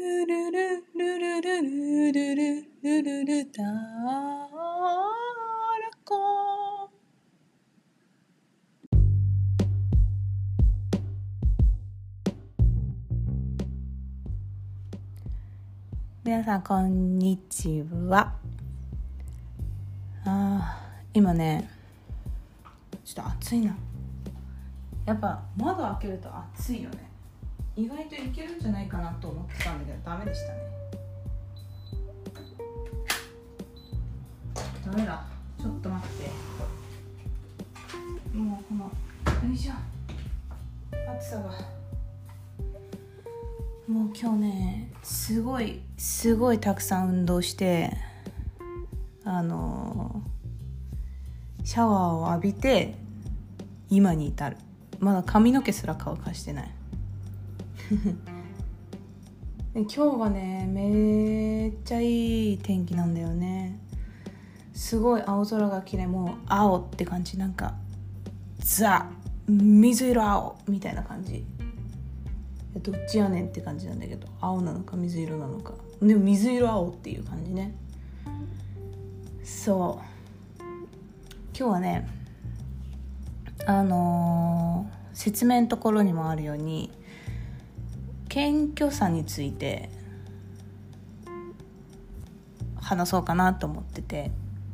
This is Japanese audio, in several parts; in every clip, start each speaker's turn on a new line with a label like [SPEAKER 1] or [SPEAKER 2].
[SPEAKER 1] ルルルルルルルルルルタラコ。皆さんこんにちは。今ねちょっと暑いな。やっぱ窓開けると暑いよね。意外といけるんじゃないかなと思ってたんだけどダメでしたね。ダメだ、ちょっと待って、もうこのよいしょ暑さがもう今日ねすごいたくさん運動してシャワーを浴びて今に至る。まだ髪の毛すら乾かしてないで今日はねめっちゃいい天気なんだよね。すごい青空が綺麗、もう青って感じ、なんかザ水色青みたいな感じ。どっちやねんって感じなんだけど、青なのか水色なのか、でも水色青っていう感じね。そう今日はね説明のところにもあるように謙虚さについて話そうかなと思ってて、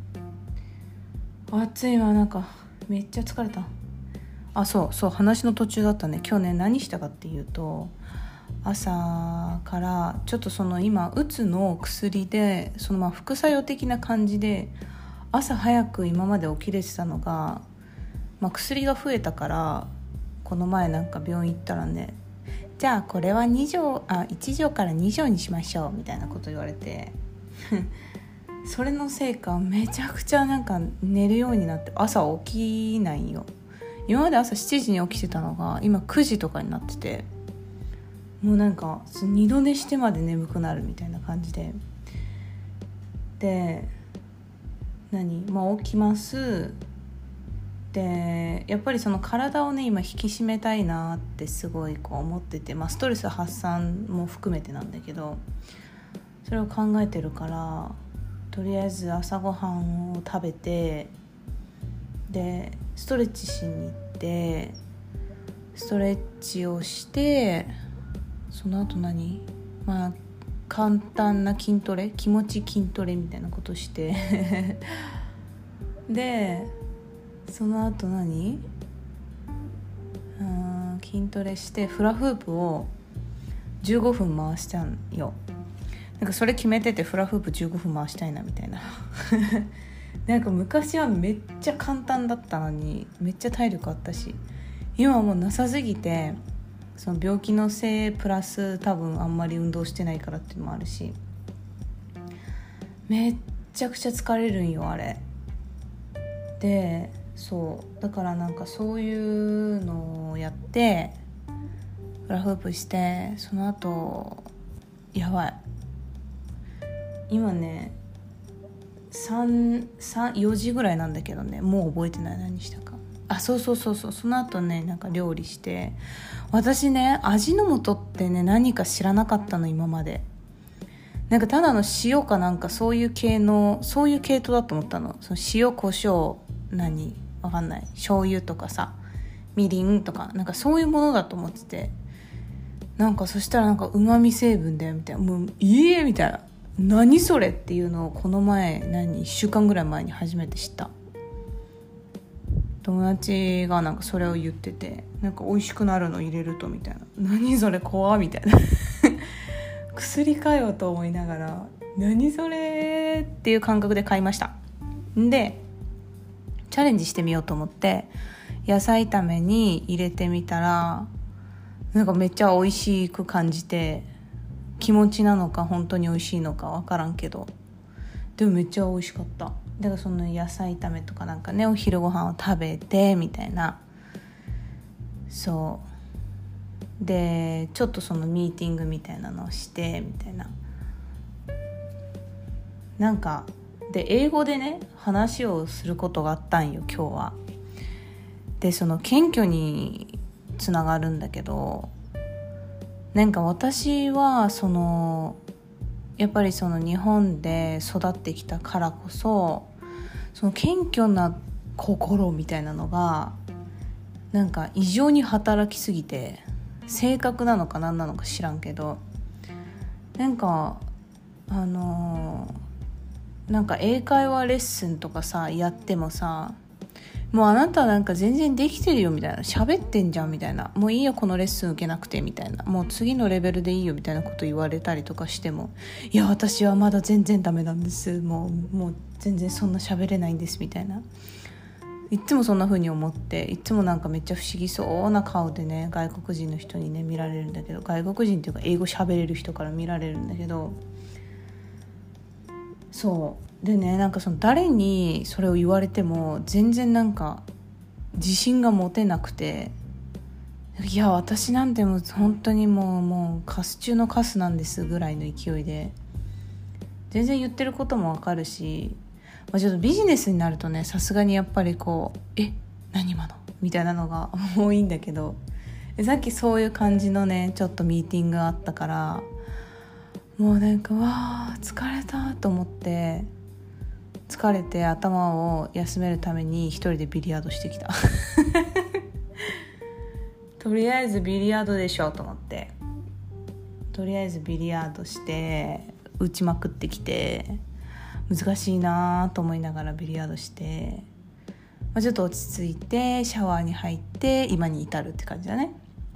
[SPEAKER 1] 暑いわ、なんかめっちゃ疲れた。そう話の途中だったね。今日ね何したかっていうと、朝からちょっとその今うつの薬でその副作用的な感じで朝早く今まで起きれてたのが、薬が増えたからこの前なんか病院行ったらね、じゃあこれは1錠から2錠にしましょうみたいなこと言われてそれのせいかめちゃくちゃなんか寝るようになって朝起きないよ。今まで朝7時に起きてたのが今9時とかになってて、もうなんか二度寝してまで眠くなるみたいな感じで、起きます。でやっぱりその体をね今引き締めたいなってすごいこう思ってて、ストレス発散も含めてなんだけど、それを考えてるからとりあえず朝ごはんを食べて、でストレッチしに行ってストレッチをして、その後簡単な筋トレ、気持ち筋トレみたいなことしてでその後筋トレしてフラフープを15分回したんよ。なんかそれ決めてて、フラフープ15分回したいなみたいななんか昔はめっちゃ簡単だったのにめっちゃ体力あったし、今はもうなさすぎて、その病気のせいプラス多分あんまり運動してないからっていうのもあるし、めっちゃくちゃ疲れるんよあれで。そうだからなんかそういうのをやってフラフープして、その後やばい今ね4時ぐらいなんだけどね、もう覚えてない、何したか。そうその後ねなんか料理して、私ね味の素ってね何か知らなかったの今まで。なんかただの塩かなんかそういう系統だと思ったの。その塩コショウわかんない、醤油とかさみりんとかなんかそういうものだと思ってて、なんかそしたらなんか旨味成分だよみたいな、もうみたいな、何それっていうのをこの前1週間ぐらい前に初めて知った。友達がなんかそれを言ってて、なんか美味しくなるの入れるとみたいな、何それ怖みたいな薬かよと思いながら、何それっていう感覚で買いました。でチャレンジしてみようと思って野菜炒めに入れてみたら、なんかめっちゃ美味しく感じて、気持ちなのか本当に美味しいのか分からんけど、でもめっちゃ美味しかった。だからその野菜炒めとかなんかねお昼ご飯を食べてみたいな。そうでちょっとそのミーティングみたいなのをしてみたいな、なんかで英語でね話をすることがあったんよ今日は。でその謙虚につながるんだけど、 なんか私はやっぱりその日本で育ってきたからこそ、その謙虚な心みたいなのがなんか異常に働きすぎて、性格なのか何なのか知らんけど、なんかなんか英会話レッスンとかさやってもさ、もうあなたなんか全然できてるよみたいな、喋ってんじゃんみたいな、もういいよこのレッスン受けなくてみたいな、もう次のレベルでいいよみたいなこと言われたりとかしても、いや私はまだ全然ダメなんです、もう全然そんな喋れないんですみたいな、いつもそんな風に思って、いつもなんかめっちゃ不思議そうな顔でね、外国人の人にね見られるんだけど、外国人っていうか英語喋れる人から見られるんだけど、そうでね、なんかその誰にそれを言われても全然なんか自信が持てなくて、いや私なんてもう本当にもうカス中のカスなんですぐらいの勢いで、全然言ってることもわかるし、ちょっとビジネスになるとね、さすがにやっぱりこう何今のみたいなのが多いんだけど、さっきそういう感じのねちょっとミーティングがあったから、もうなんかわー疲れたと思って、疲れて頭を休めるために一人でビリヤードしてきたとりあえずビリヤードでしょと思って、とりあえずビリヤードして打ちまくってきて、難しいなと思いながらビリヤードして、ちょっと落ち着いてシャワーに入って今に至るって感じだね。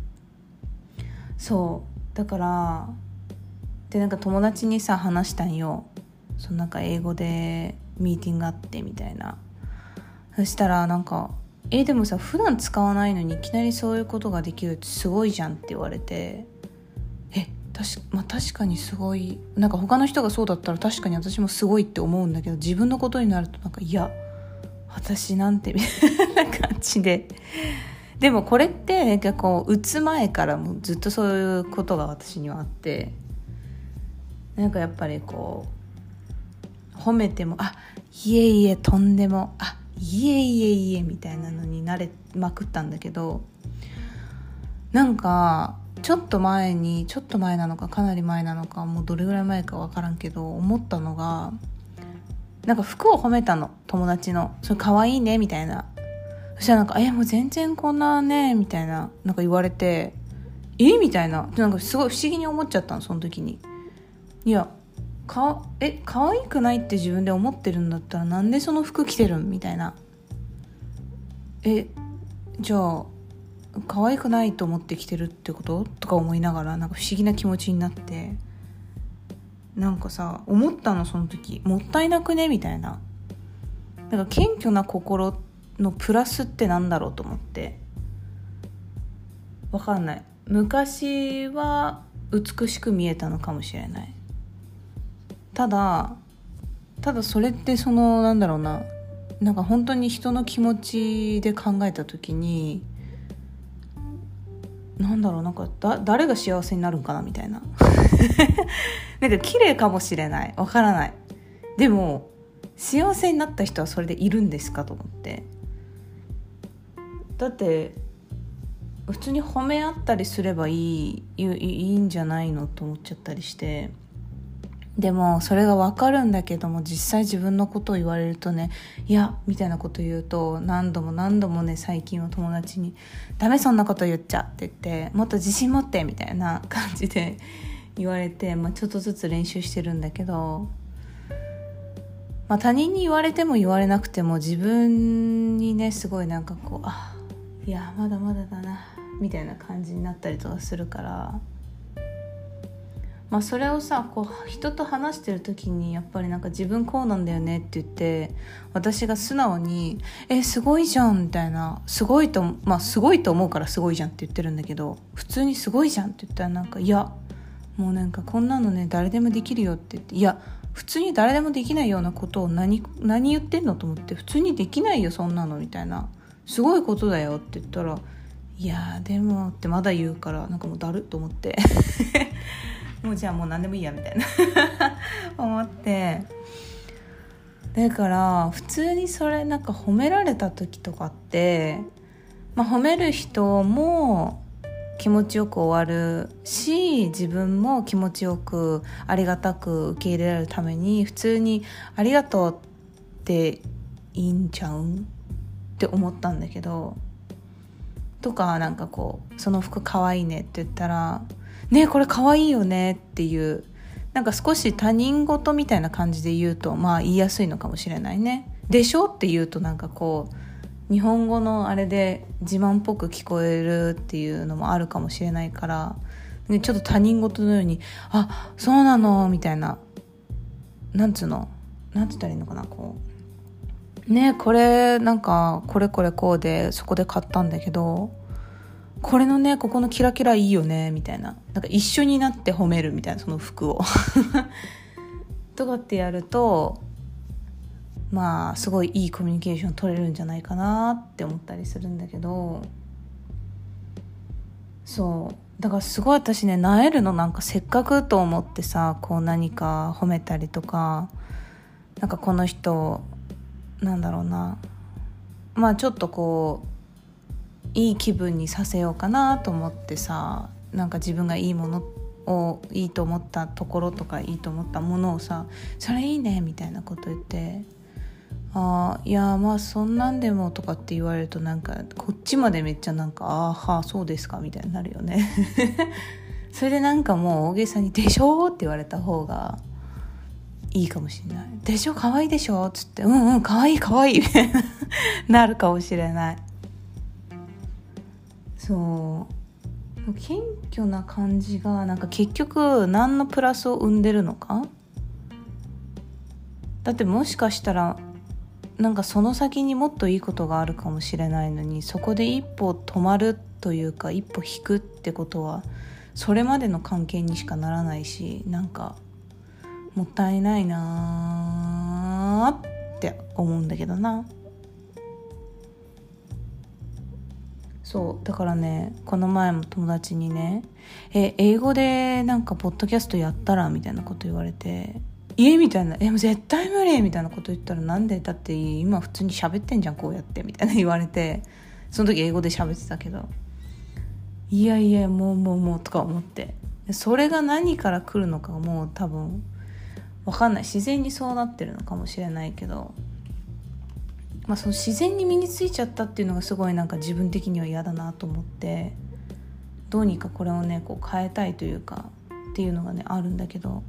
[SPEAKER 1] そうだからで、なんか友達にさ話したんよ、そのなんか英語でミーティングがあってみたいな。そしたらなんかでもさ普段使わないのにいきなりそういうことができるってすごいじゃんって言われて、確かにすごい、なんか他の人がそうだったら確かに私もすごいって思うんだけど、自分のことになるとなんかいや私なんてみたいな感じで、でもこれってなんかこう打つ前からもずっとそういうことが私にはあって、なんかやっぱりこう褒めてもいえいえとんでもいえいえいえみたいなのになれまくったんだけど、なんかちょっと前なのかかなり前なのか、もうどれぐらい前か分からんけど思ったのが、なんか服を褒めたの、友達の、それ可愛いねみたいな。そしたらなんかもう全然こんなねみたいな、なんか言われてみたいな、なんかすごい不思議に思っちゃったのその時に。いや可愛くないって自分で思ってるんだったらなんでその服着てるんみたいな、じゃあ可愛くないと思って着てるってこととか思いながら、なんか不思議な気持ちになって、なんかさ思ったのその時、もったいなくねみたいな。なんか謙虚な心のプラスってなんだろうと思って、わかんない、昔は美しく見えたのかもしれない。ただそれってなんだろうな、なんか本当に人の気持ちで考えた時に、なんだろう、なんか誰が幸せになるんかなみたいななんか綺麗かもしれない、わからない、でも幸せになった人はそれでいるんですかと思って。だって普通に褒め合ったりすればいいんじゃないのと思っちゃったりして、でもそれが分かるんだけども、実際自分のことを言われるとね、いやみたいなこと言うと、何度もね最近は友達にダメそんなこと言っちゃって言って、もっと自信持ってみたいな感じで言われて、ちょっとずつ練習してるんだけど、他人に言われても言われなくても自分にねすごいなんかこういやまだまだだなみたいな感じになったりとかするから、それをさこう人と話してる時にやっぱりなんか自分こうなんだよねって言って、私が素直にすごいじゃんみたいな、すごいと思うからすごいじゃんって言ってるんだけど、普通にすごいじゃんって言ったらなんかいやもうなんかこんなのね誰でもできるよって言って、いや普通に誰でもできないようなことを何言ってんのと思って、普通にできないよそんなのみたいな、すごいことだよって言ったら、いやでもってまだ言うから、なんかもうだるっと思ってもうじゃあもう何でもいいやみたいな思って、だから普通にそれなんか褒められた時とかって、褒める人も気持ちよく終わるし、自分も気持ちよくありがたく受け入れられるために普通にありがとうっていいんちゃうんって思ったんだけど、とかなんかこうその服かわいいねって言ったらねこれかわいいよねっていう、なんか少し他人事みたいな感じで言うとまあ言いやすいのかもしれないね。でしょって言うとなんかこう日本語のあれで自慢っぽく聞こえるっていうのもあるかもしれないから、ちょっと他人事のようにあそうなのみたいな、なんつうのなんて言ったらいいのかな、こうねこれなんかこれこれこうでそこで買ったんだけどこれのねここのキラキラいいよねみたいな、なんか一緒になって褒めるみたいな、その服をとかってやるとまあすごいいいコミュニケーション取れるんじゃないかなって思ったりするんだけど、そうだからすごい私ねなえるの、なんかせっかくと思ってさこう何か褒めたりとか、なんかこの人なんだろうな、まあちょっとこういい気分にさせようかなと思ってさ、なんか自分がいいものをいいと思ったところとかいいと思ったものをさ、それいいねみたいなこと言って、いやまあそんなんでもとかって言われるとなんかこっちまでめっちゃなんかはあそうですかみたいになるよねそれでなんかもう大げさにでしょって言われた方がいいかもしれない。でしょ可愛いでしょつって可愛い可愛いみたいななるかもしれない。そう謙虚な感じがなんか結局何のプラスを生んでるのか。だってもしかしたらなんかその先にもっといいことがあるかもしれないのに、そこで一歩止まるというか一歩引くってことはそれまでの関係にしかならないし、なんかもったいないなって思うんだけどな。そうだからねこの前も友達にね英語でなんかポッドキャストやったらみたいなこと言われて、みたいなもう絶対無理みたいなこと言ったら、なんでだって今普通に喋ってんじゃんこうやってみたいな言われて、その時英語で喋ってたけどいやもうとか思って、それが何から来るのかもう多分分かんない、自然にそうなってるのかもしれないけど、まあその自然に身についちゃったっていうのがすごいなんか自分的には嫌だなと思って、どうにかこれをねこう変えたいというかっていうのがねあるんだけど、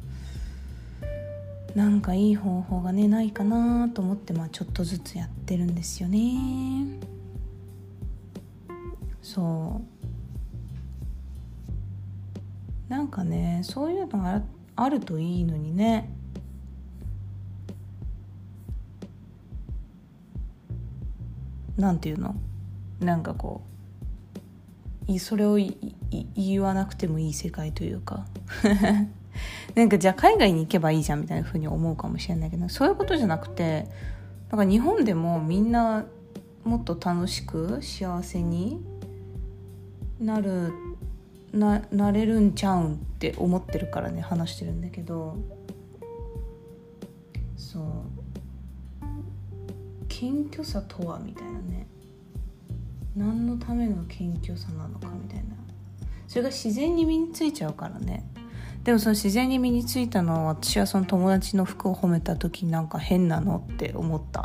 [SPEAKER 1] なんかいい方法がねないかなと思って、まあちょっとずつやってるんですよね。なんかねそういうのがあるといいのにね。なんていうの、なんかこうそれを言わなくてもいい世界というかなんかじゃあ海外に行けばいいじゃんみたいな風に思うかもしれないけど、そういうことじゃなくて、なんか日本でもみんなもっと楽しく幸せになれるんちゃうんって思ってるからね話してるんだけど、そう謙虚さとはみたいなね、何のための謙虚さなのかみたいな、それが自然に身についちゃうからね。でもその自然に身についたのは私はその友達の服を褒めた時なんか変なのって思った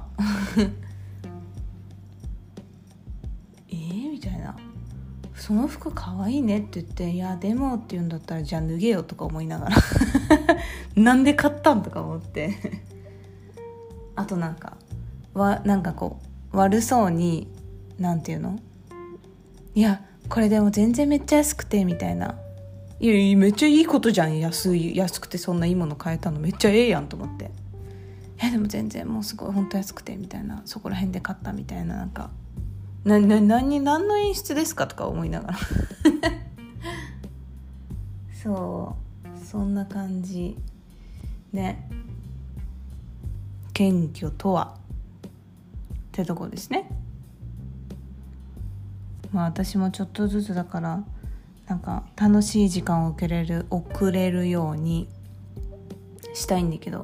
[SPEAKER 1] みたいな、その服かわいいねって言って、いやでもって言うんだったらじゃあ脱げよとか思いながらなんで買ったんとか思ってあとなんかこう悪そうになんていうの、いやこれでも全然めっちゃ安くてみたいな、いやめっちゃいいことじゃん、安くてそんないいもの買えたのめっちゃええやんと思って、でも全然もうすごい本当安くてみたいな、そこら辺で買ったみたいな、なんか何の演出ですかとか思いながらそんな感じね。謙虚とはってとこですね。まあ私もちょっとずつだからなんか楽しい時間を送れるようにしたいんだけど、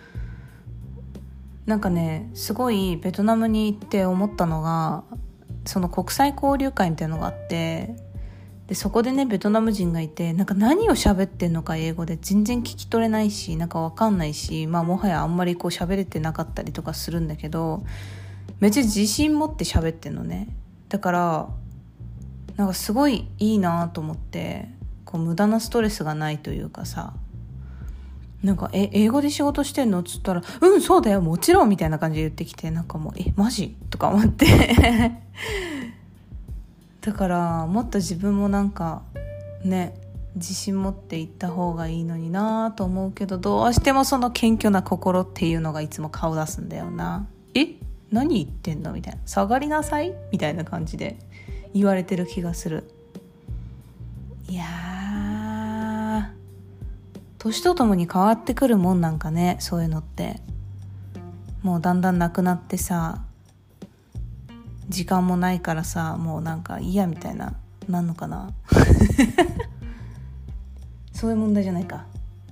[SPEAKER 1] なんかねすごいベトナムに行って思ったのが、その国際交流会みたいなのがあって、 でそこでねベトナム人がいて、なんか何を喋ってんのか英語で全然聞き取れないし、なんかわかんないし、もはやあんまりこう喋れてなかったりとかするんだけど、めっちゃ自信持って喋ってんのね。だからなんかすごいいいなと思って、こう無駄なストレスがないというかさ、なんか英語で仕事してんのっつったら、うんそうだよもちろんみたいな感じで言ってきて、なんかもうマジとか思ってだからもっと自分もなんかね自信持っていった方がいいのになと思うけど、どうしてもその謙虚な心っていうのがいつも顔出すんだよな。何言ってんのみたいな、下がりなさいみたいな感じで言われてる気がする。いやー、年とともに変わってくるもんなんかね、そういうのって。もうだんだんなくなってさ、時間もないからさ、もうなんか嫌みたいな、なんのかなそういう問題じゃないか。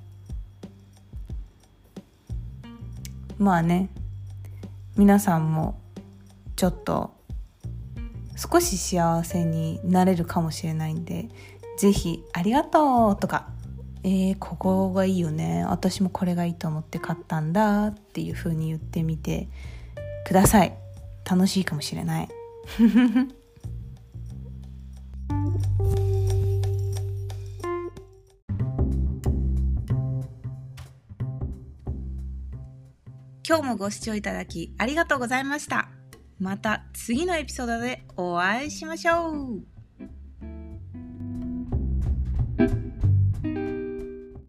[SPEAKER 1] まあね、皆さんもちょっと少し幸せになれるかもしれないんで、ぜひありがとうとか、ここがいいよね、私もこれがいいと思って買ったんだっていう風に言ってみてください。楽しいかもしれない今日もご視聴いただきありがとうございました。また次のエピソードでお会いしましょう。